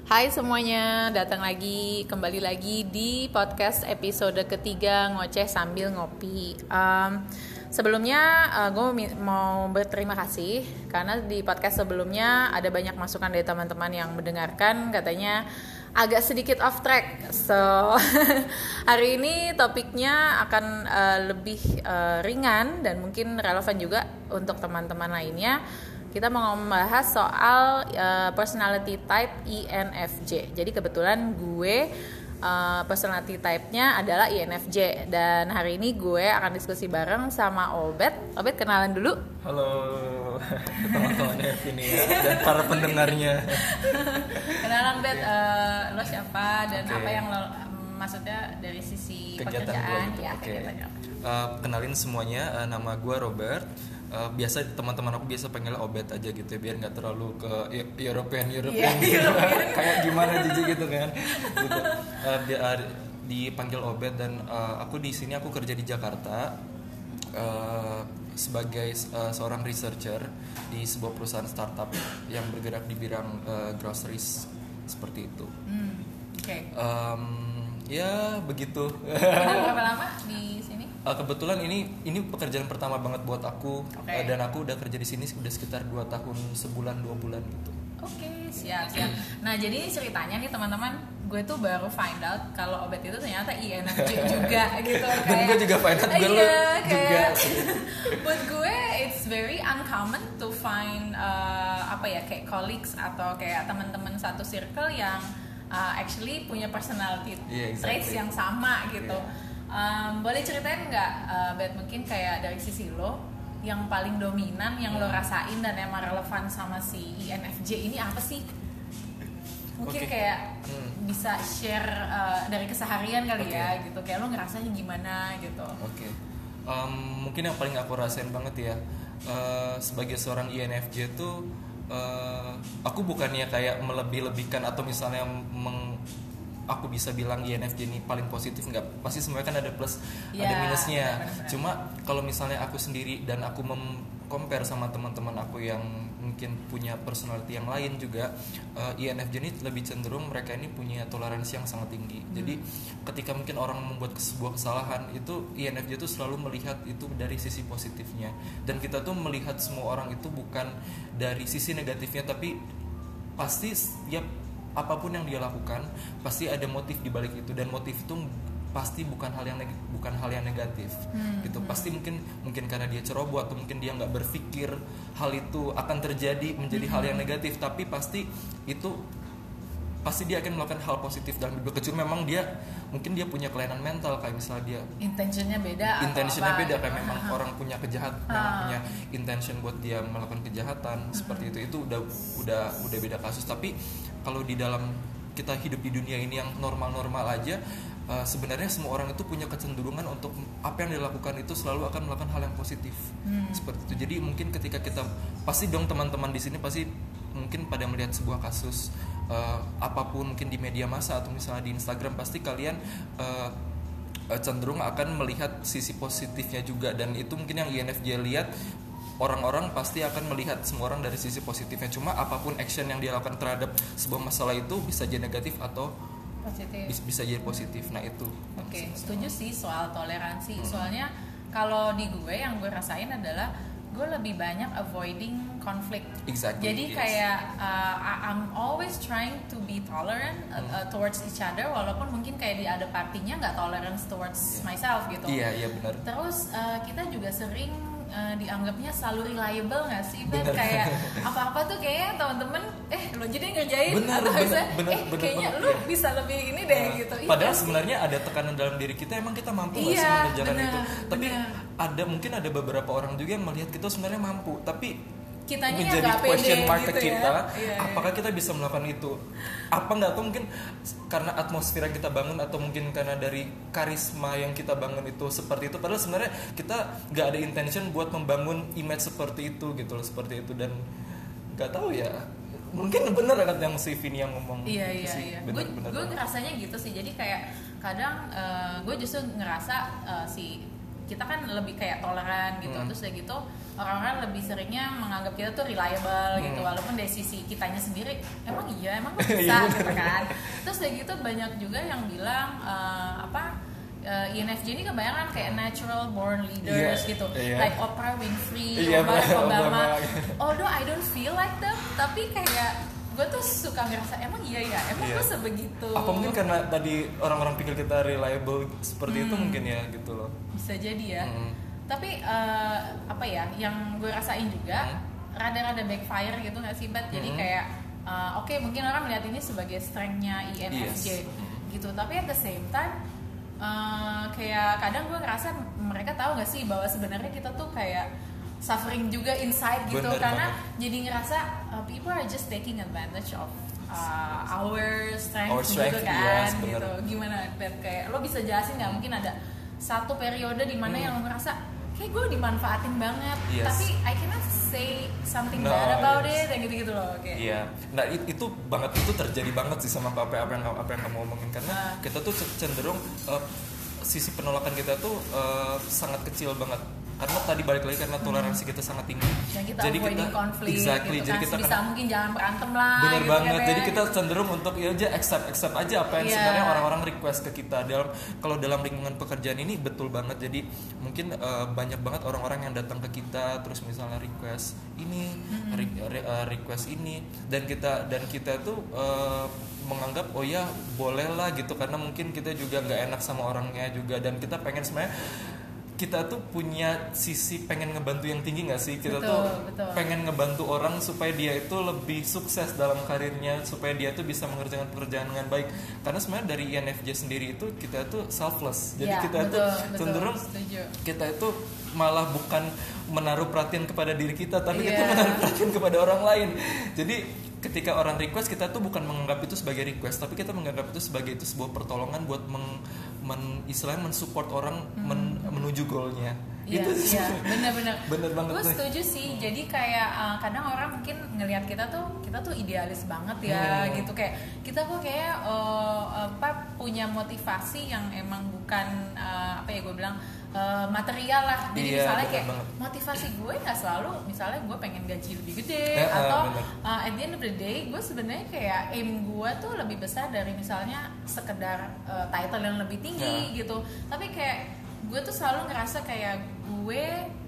Hai semuanya, kembali lagi di podcast episode ketiga Ngoceh Sambil Ngopi. Sebelumnya gue mau berterima kasih karena di podcast sebelumnya ada banyak masukan dari teman-teman yang mendengarkan, katanya agak sedikit off track. So hari ini topiknya akan lebih ringan dan mungkin relevan juga untuk teman-teman lainnya. Kita mau membahas soal personality type INFJ. Jadi kebetulan gue personality type-nya adalah INFJ. Dan hari ini gue akan diskusi bareng sama Obet. Obet, kenalan dulu. Halo teman-teman ini ya, dan para pendengarnya. Kenalan Bet, lo siapa dan apa yang lo maksudnya dari sisi kegiatan pekerjaan? Gue gitu. Ya, Okay. Kenalin Kenalin semuanya, nama gue Robert. Biasa teman-teman aku biasa panggil Obet aja gitu ya, biar nggak terlalu ke European gitu. Kayak gimana jijik gitu kan gitu. Dipanggil Obet dan aku di sini aku kerja di Jakarta sebagai seorang researcher di sebuah perusahaan startup yang bergerak di bidang groceries seperti itu. Oke. Ya begitu. Berapa lama di sini? Kebetulan ini pekerjaan pertama banget buat aku. Okay. Dan aku udah kerja di sini udah sekitar 2 tahun, sebulan 2 bulan gitu. Oke, siap. Nah, jadi ceritanya nih teman-teman, gue tuh baru find out kalau Obet itu ternyata INFJ juga gitu. Dan gue juga find out juga. Buat gue it's very uncommon to find kayak colleagues atau kayak teman-teman satu circle yang actually punya personality traits yang sama gitu. Boleh ceritain nggak, Bet, mungkin kayak dari sisi lo yang paling dominan yang lo rasain dan emang relevan sama si INFJ ini apa sih? Mungkin kayak bisa share dari keseharian kali ya gitu, kayak lo ngerasanya gimana gitu. Mungkin yang paling aku rasain banget ya, sebagai seorang INFJ tuh aku bukannya kayak melebih-lebihkan atau misalnya aku bisa bilang INFJ ini paling positif, nggak, pasti semuanya kan ada plus ada minusnya. Bener-bener. Cuma kalau misalnya aku sendiri dan aku compare sama teman-teman aku yang mungkin punya personality yang lain juga, INFJ ini lebih cenderung mereka ini punya toleransi yang sangat tinggi. Jadi ketika mungkin orang membuat sebuah kesalahan itu, INFJ itu selalu melihat itu dari sisi positifnya, dan kita tuh melihat semua orang itu bukan dari sisi negatifnya, tapi pasti apapun yang dia lakukan pasti ada motif di balik itu, dan motif itu pasti bukan hal yang negatif gitu. Pasti mungkin karena dia ceroboh atau mungkin dia nggak berpikir hal itu akan terjadi menjadi hal yang negatif, tapi pasti dia akan melakukan hal positif dalam hidup. Kecuali memang dia punya kelainan mental, kayak misalnya dia intentionnya beda kayak memang orang punya punya intention buat dia melakukan kejahatan seperti itu udah beda kasus. Tapi kalau di dalam kita hidup di dunia ini yang normal-normal aja, sebenarnya semua orang itu punya kecenderungan untuk apa yang dilakukan itu selalu akan melakukan hal yang positif seperti itu. Jadi mungkin ketika kita pasti dong teman-teman di sini pasti mungkin pada melihat sebuah kasus apapun, mungkin di media massa atau misalnya di Instagram, pasti kalian cenderung akan melihat sisi positifnya juga, dan itu mungkin yang INFJ lihat. Orang-orang pasti akan melihat semua orang dari sisi positifnya. Cuma apapun action yang dia lakukan terhadap sebuah masalah itu bisa jadi negatif atau bisa jadi positif. Nah itu. Setuju sih soal toleransi. Soalnya kalau di gue yang gue rasain adalah gue lebih banyak avoiding konflik. Exactly. Jadi kayak I'm always trying to be tolerant towards each other, walaupun mungkin kayak di ada partinya nggak tolerance towards myself gitu. Iya benar. Terus kita juga sering dianggapnya selalu reliable nggak sih, Ben? Kayak apa-apa tuh kayaknya teman-teman lo jadi ngerjain, atau kayaknya lu bisa lebih ini deh gitu. Padahal sebenarnya ada tekanan dalam diri kita, emang kita mampu nggak sih mengerjakan itu. Tapi mungkin ada beberapa orang juga yang melihat kita sebenarnya mampu, tapi kitanya menjadi nggak question pede mark gitu ke kita, ya. apakah kita bisa melakukan itu? Apa nggak tahu, mungkin karena atmosfer yang kita bangun, atau mungkin karena dari karisma yang kita bangun itu seperti itu. Padahal sebenarnya kita nggak ada intention buat membangun image seperti itu gitu loh, seperti itu. Dan nggak tahu ya, mungkin bener kan yang si Vini yang ngomong. Iya. Gue ngerasanya gitu sih. Jadi kayak kadang gue justru ngerasa si kita kan lebih kayak toleran gitu, terus udah gitu orang-orang lebih seringnya menganggap kita tuh reliable gitu, walaupun dari sisi kitanya sendiri emang emang gue bisa gitu kan. Terus udah gitu banyak juga yang bilang INFJ ini kebanyakan kayak natural born leaders gitu, like Oprah Winfrey, Barack Obama. Although I don't feel like them, tapi kayak gue tuh suka ngerasa emang gue sebegitu. Apa mungkin karena tadi orang-orang pikir kita reliable seperti itu mungkin ya gitu loh. Bisa jadi ya. Tapi yang gue rasain juga rada-rada backfire gitu nggak sih, Bat? Jadi kayak oke, mungkin orang melihat ini sebagai strength-nya INFJ gitu, tapi at the same time kayak kadang gue ngerasa mereka tahu nggak sih bahwa sebenarnya kita tuh kayak suffering juga inside gitu. Bener karena banget. Jadi ngerasa people are just taking advantage of our strength gitu kan. Yes, gitu. Gimana Bet? Kayak lo bisa jelasin nggak, mungkin ada satu periode di mana yang lo ngerasa kayak gue dimanfaatin banget, tapi I cannot say something bad about it, yang gitu-gitu loh. Iya, nah itu terjadi banget sih sama apa yang kamu omongin, karena kita tuh cenderung sisi penolakan kita tuh sangat kecil banget. Karena tadi balik lagi karena toleransi kita sangat tinggi. Dan kita jadi avoiding konflik gitu jadi kan, kita bisa mungkin jangan berantem lah. Bener gitu banget. Kan, jadi kita cenderung untuk ya aja accept aja apa yang sebenarnya orang-orang request ke kita. Kalau dalam lingkungan pekerjaan ini betul banget. Jadi mungkin banyak banget orang-orang yang datang ke kita terus misalnya request ini, request ini, dan kita tuh menganggap oh ya boleh lah gitu, karena mungkin kita juga nggak enak sama orangnya juga, dan kita pengen sebenarnya kita tuh punya sisi pengen ngebantu yang tinggi nggak sih? Kita betul. Pengen ngebantu orang supaya dia itu lebih sukses dalam karirnya, supaya dia tuh bisa mengerjakan pekerjaan dengan baik. Karena sebenarnya dari INFJ sendiri itu kita tuh selfless. Jadi kita tuh cenderung kita itu malah bukan menaruh perhatian kepada diri kita, tapi kita menaruh perhatian kepada orang lain. Jadi ketika orang request, kita tuh bukan menganggap itu sebagai request, tapi kita menganggap itu sebagai sebuah pertolongan buat istilahnya mensupport orang menuju goalnya. Iya, benar-benar. Bener banget. Gue setuju sih. Jadi kayak kadang orang mungkin ngelihat kita tuh idealis banget ya, gitu kayak kita kok kayak punya motivasi yang emang bukan gue bilang material lah. Jadi misalnya kayak motivasi gue nggak selalu misalnya gue pengen gaji lebih gede atau at the end of the day gue sebenarnya kayak aim gue tuh lebih besar dari misalnya sekedar title yang lebih tinggi gitu. Tapi kayak gue tuh selalu ngerasa kayak gue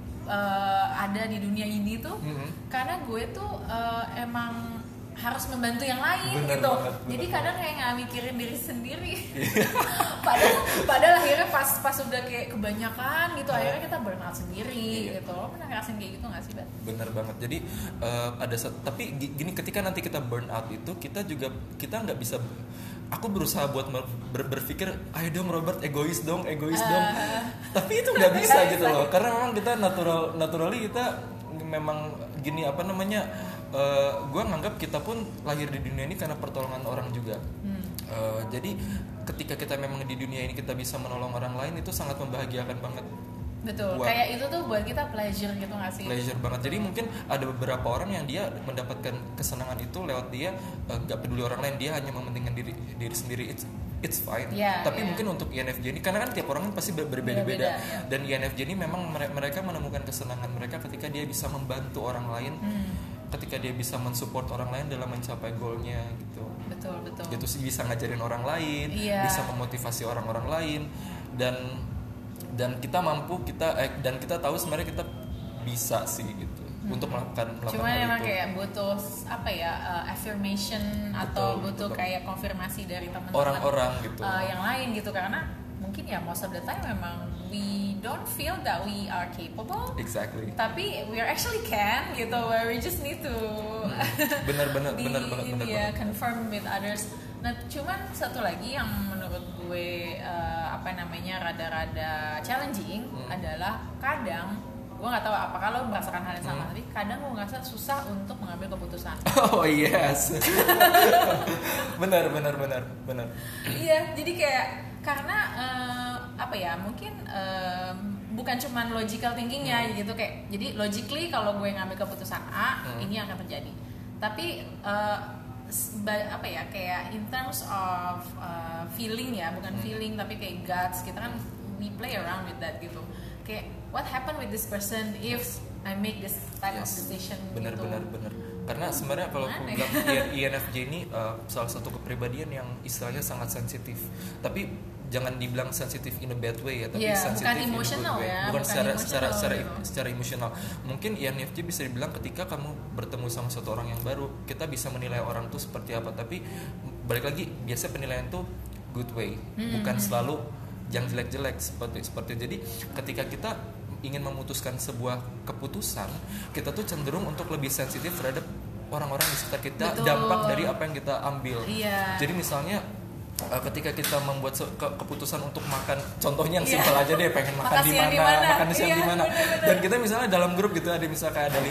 ada di dunia ini tuh karena gue tuh emang harus membantu yang lain. Bener gitu banget, jadi kadang kayak nggak mikirin diri sendiri. padahal akhirnya pas udah kayak kebanyakan gitu akhirnya kita burn out sendiri gitu. Lo pernah ngerasain kayak gitu nggak sih, Bat? Bener banget. Jadi tapi gini, ketika nanti kita burn out itu kita nggak bisa. Aku berusaha buat berpikir, ayo dong Robert, egois dong. Tapi itu nggak bisa gitu loh, karena memang kita naturally kita memang gini gue nganggap kita pun lahir di dunia ini karena pertolongan orang juga. Jadi ketika kita memang di dunia ini kita bisa menolong orang lain, itu sangat membahagiakan banget. Betul, kayak itu tuh buat kita pleasure gitu gak sih? Pleasure banget. Jadi mungkin ada beberapa orang yang dia mendapatkan kesenangan itu lewat dia gak peduli orang lain, dia hanya mementingkan diri sendiri. It's fine. Tapi mungkin untuk INFJ ini, karena kan tiap orang kan pasti berbeda-beda. Dan INFJ ini memang mereka menemukan kesenangan mereka ketika dia bisa membantu orang lain, ketika dia bisa mensupport orang lain dalam mencapai goalnya gitu. Betul. Gitu sih, bisa ngajarin orang lain, bisa memotivasi orang-orang lain, dan kita mampu dan kita tahu sebenarnya kita bisa sih gitu untuk melakukan cuma hal emang itu. Kayak butuh affirmation atau butuh kayak konfirmasi dari teman-teman orang-orang gitu yang lain gitu, karena mungkin ya most of the time memang we don't feel that we are capable. Exactly. Tapi we actually can gitu, where we just need to benar banget confirm with others. Nah, cuman satu lagi yang menurut gue rada-rada challenging adalah kadang gue nggak tahu apakah lo merasakan hal yang sama, tapi kadang gue ngerasa susah untuk mengambil keputusan. Oh yes. benar. Iya, jadi kayak karena mungkin bukan cuman logical thinkingnya gitu, kayak jadi logically kalau gue ngambil keputusan A ini akan terjadi, tapi kayak in terms of feeling ya, bukan feeling tapi kayak guts, kita kan we play around with that gitu. kayak what happened with this person if I make this type of decision. Bener. Karena sebenarnya kalau aku bilang INFJ ini salah satu kepribadian yang istilahnya sangat sensitif. Tapi jangan dibilang sensitif in a bad way ya, tapi sensitif in a good way. Bukan secara emosional. Mungkin INFJ bisa dibilang ketika kamu bertemu sama satu orang yang baru, kita bisa menilai orang itu seperti apa. Tapi balik lagi, biasanya penilaian itu good way, bukan selalu yang jelek-jelek seperti. Jadi ketika kita ingin memutuskan sebuah keputusan, kita tuh cenderung untuk lebih sensitif terhadap orang-orang di sekitar kita. Betul. Dampak dari apa yang kita ambil. Jadi misalnya ketika kita membuat keputusan untuk makan, contohnya yang simpel aja deh, pengen makan di mana, makan siang di mana, dan kita misalnya dalam grup gitu ada misalnya kayak ada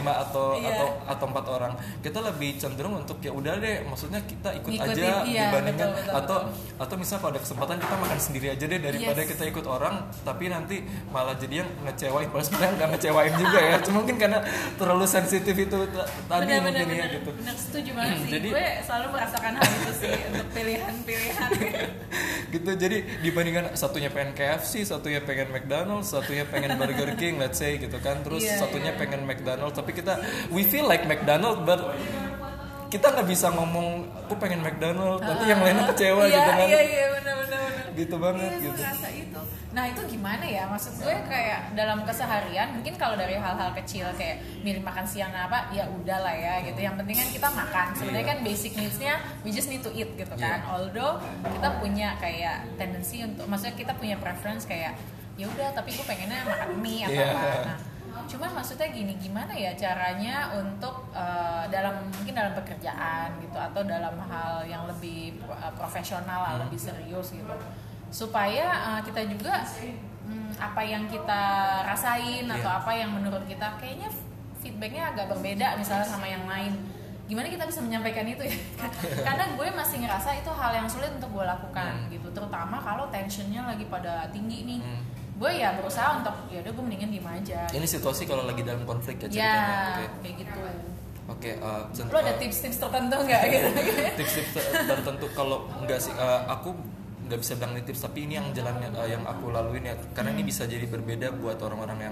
5 atau 4 orang, kita lebih cenderung untuk ya udah deh, maksudnya kita ikutin aja dibandingkan atau misalnya kalau ada kesempatan kita makan sendiri aja deh daripada kita ikut orang tapi nanti malah jadi yang ngecewain, padahal sebenarnya nggak ngecewain juga ya, cuma mungkin karena terlalu sensitif itu tadi mungkin ya gitu. Benar, setuju banget sih. Jadi, gue selalu merasakan hal itu sih untuk pilihan gitu. Jadi dibandingkan satunya pengen KFC, satunya pengen McDonald's, satunya pengen Burger King, let's say gitu kan, terus satunya pengen McDonald's, tapi kita we feel like McDonald's but kita nggak bisa ngomong aku pengen McDonald's, nanti yang lainnya kecewa gitu kan. Iya benar. Gitu banget gitu. Rasa itu. Nah itu gimana ya, maksud gue kayak dalam keseharian mungkin kalau dari hal-hal kecil kayak milih makan siang apa ya udahlah ya gitu, yang penting kan kita makan sebenarnya kan basic needs-nya we just need to eat gitu kan. Although kita punya kayak tendensi untuk, maksudnya kita punya preference kayak ya udah tapi gue pengennya makan mie atau apa. Nah cuman maksudnya gimana ya caranya untuk mungkin dalam pekerjaan gitu atau dalam hal yang lebih profesional, lebih serius gitu, supaya kita juga apa yang kita rasain atau apa yang menurut kita kayaknya feedbacknya agak berbeda misalnya sama yang lain, gimana kita bisa menyampaikan itu ya. Karena gue masih ngerasa itu hal yang sulit untuk gue lakukan gitu, terutama kalau tensionnya lagi pada tinggi nih. Gue ya berusaha untuk ya udah gue mendingan diem aja. Ini situasi kalau lagi dalam konflik ya ceritanya. Kayak gitu. Lo ada tips-tips tertentu nggak gitu? Tips-tips tertentu kalau enggak sih, aku nggak bisa bilang ini tips, tapi ini yang jalan yang aku laluin ya, karena ini bisa jadi berbeda buat orang-orang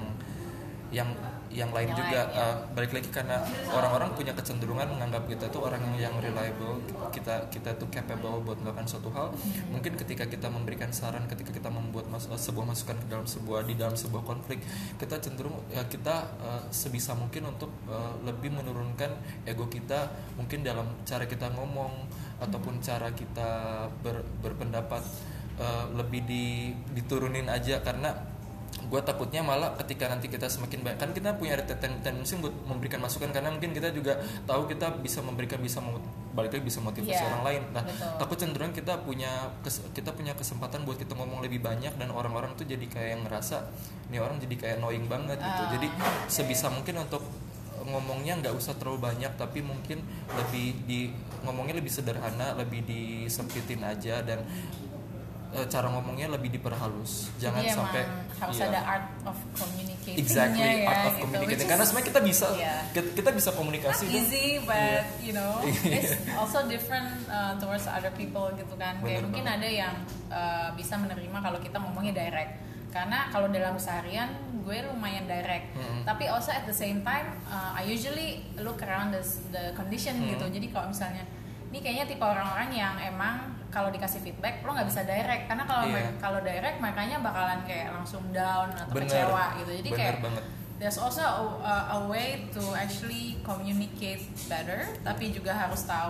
yang lain juga. Balik lagi karena orang-orang punya kecenderungan menganggap kita tuh orang yang reliable, kita tuh capable buat melakukan suatu hal. Mungkin ketika kita memberikan saran, ketika kita membuat sebuah masukan di dalam sebuah konflik, kita cenderung kita sebisa mungkin untuk lebih menurunkan ego kita, mungkin dalam cara kita ngomong ataupun cara kita berpendapat lebih diturunin aja, karena gue takutnya malah ketika nanti kita semakin banyak, kan kita punya tendensi buat memberikan masukan karena mungkin kita juga tahu kita bisa memberikan, balik lagi bisa motivasi orang lain. Nah, takut cenderung kita punya kesempatan buat kita ngomong lebih banyak dan orang-orang tuh jadi kayak yang ngerasa ini orang jadi kayak annoying banget gitu. Jadi sebisa mungkin untuk ngomongnya nggak usah terlalu banyak, tapi mungkin ngomongnya lebih sederhana, lebih disempitin aja, dan cara ngomongnya lebih diperhalus, jangan sampai harus ada art of communicating. Exactly, art of communicating. Karena sebenarnya kita bisa komunikasi. Not easy, but you know, it's also different towards other people gitu kan. Kayak mungkin ada yang bisa menerima kalau kita ngomongnya direct. Karena kalau dalam seharian gue lumayan direct. Tapi also at the same time, I usually look around the condition gitu. Jadi kalau misalnya ini kayaknya tipe orang-orang yang emang kalau dikasih feedback lo nggak bisa direct, karena kalau direct makanya bakalan kayak langsung down atau kecewa gitu. Jadi kayak there's also a way to actually communicate better, tapi juga harus tahu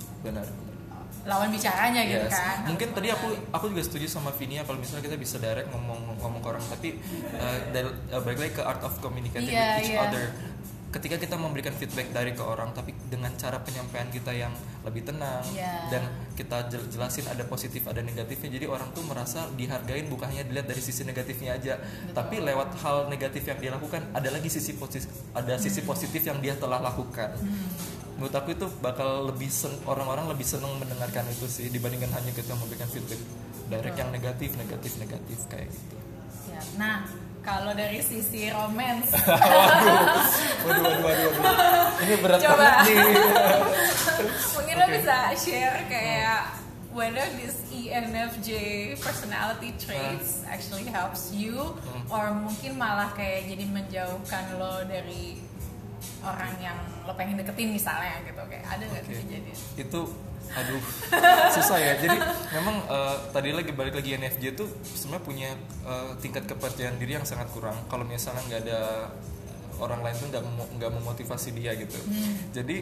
lawan bicaranya gitu kan. Mungkin tadi aku juga setuju sama Vinia kalau misalnya kita bisa direct ngomong ke orang, tapi balik lagi ke art of communicating with each other. Ketika kita memberikan feedback dari ke orang tapi dengan cara penyampaian kita yang lebih tenang dan kita jelasin ada positif ada negatifnya, jadi orang tuh merasa dihargain, bukan hanya dilihat dari sisi negatifnya aja. Tapi lewat hal negatif yang dia lakukan ada lagi sisi positif yang dia telah lakukan. Menurut aku itu bakal orang-orang lebih senang mendengarkan itu sih dibandingkan hanya kita memberikan feedback direct yang negatif kayak gitu. Nah, kalau dari sisi romance, waduh, ini berat banget nih. Mungkin lo bisa share kayak whether this ENFJ personality traits actually helps you or mungkin malah kayak jadi menjauhkan lo dari orang yang lo pengen deketin misalnya gitu, kayak ada nggak tuh kejadian? Itu aduh susah ya. Jadi memang tadi lagi balik lagi ENFJ tuh sebenarnya punya tingkat kepercayaan diri yang sangat kurang. Kalau misalnya nggak ada orang lain tuh nggak memotivasi dia gitu. Jadi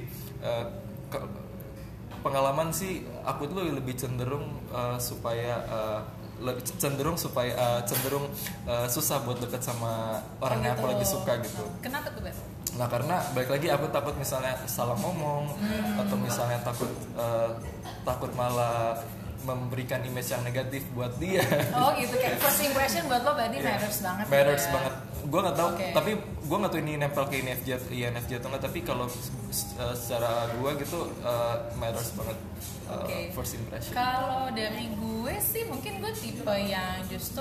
pengalaman sih aku tuh lebih cenderung cenderung susah buat deket sama orang yang aku lagi suka gitu. Kenapa tuh, Ben? Nah karena balik lagi aku takut misalnya salah ngomong atau misalnya takut malah memberikan image yang negatif buat dia. Oh gitu, kayak first impression buat lo berarti matters banget. Matters ya? banget. Gue nggak tahu, tapi gue nggak tahu ini nempel ke INFJ atau nggak. Tapi kalau secara gue gitu matters banget. First impression. Kalau dari gue sih mungkin gue tipe yang justru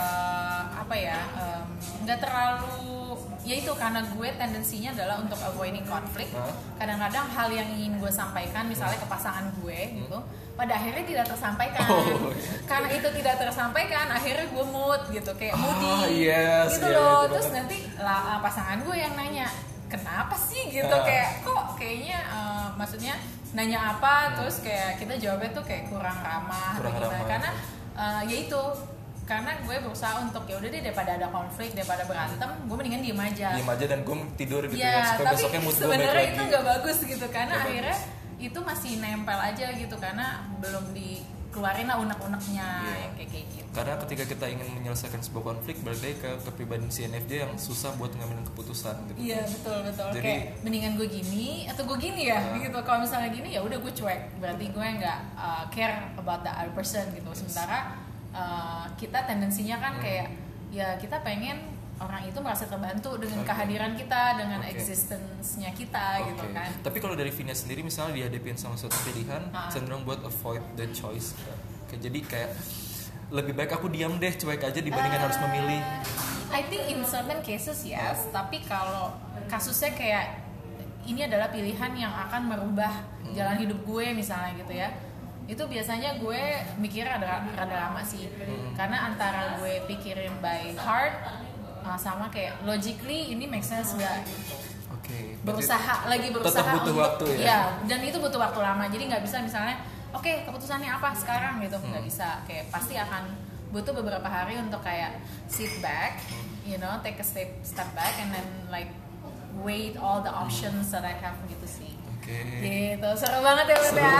nggak terlalu, ya itu karena gue tendensinya adalah untuk avoiding konflik. Kadang-kadang hal yang ingin gue sampaikan misalnya ke pasangan gue gitu, pada akhirnya tidak tersampaikan. Karena itu tidak tersampaikan, akhirnya gue mood gitu, kayak moody gitu loh. Terus nanti pasangan gue yang nanya, kenapa sih gitu, kayak kok kayaknya maksudnya nanya apa, terus kayak kita jawabnya tuh kayak kurang ramah. Karena ya itu, karena gue berusaha untuk ya udah deh, daripada ada konflik, daripada berantem, gue mendingan diem aja dan gue tidur gitu ya supaya tapi besoknya mood gue baik sebenarnya lagi. itu nggak bagus gitu, karena Gak akhirnya itu masih nempel aja gitu, karena belum dikeluarin lah unek-uneknya yang kayak gitu. Karena ketika kita ingin menyelesaikan sebuah konflik, balik lagi ke kepribadian si NFJ yang susah buat ngambilin keputusan gitu. Iya betul. Jadi, kayak mendingan gue gini atau gue gini ya gitu. Kalau misalnya gini ya udah gue cuek, berarti gue nggak care about the other person gitu. Sementara kita tendensinya kan kayak ya kita pengen orang itu merasa terbantu dengan kehadiran kita, dengan existence-nya kita gitu kan. Tapi kalau dari Vina sendiri misalnya dihadapin sama suatu pilihan, cenderung buat avoid the choice. Jadi kayak lebih baik aku diam deh, cuek aja dibandingkan harus memilih. I think in certain cases yes, tapi kalau kasusnya kayak ini adalah pilihan yang akan merubah jalan hidup gue misalnya gitu ya, itu biasanya gue mikir rada lama sih. Karena antara gue pikirin by heart sama kayak logically ini make sense gak gitu. Berusaha tetap butuh untuk, waktu ya? Dan itu butuh waktu lama. Jadi nggak bisa misalnya keputusannya apa sekarang gitu, nggak bisa. Kayak pasti akan butuh beberapa hari untuk kayak sit back, take a step back and then like weigh all the options that I have gitu sih. Gitu, seru banget ya Beb ya.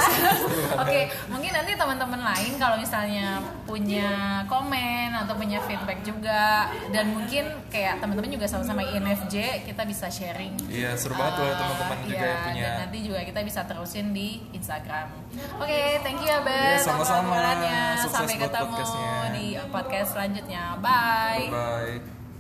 Mungkin nanti teman-teman lain kalau misalnya punya komen atau punya feedback juga, dan mungkin kayak teman-teman juga sama-sama INFJ, kita bisa sharing. Iya, seru banget tuh teman-teman juga yang punya. Dan nanti juga kita bisa terusin di Instagram. Thank you ya Beb. Iya, sama-sama. Sampai ketemu podcastnya. di podcast selanjutnya. Bye. Bye.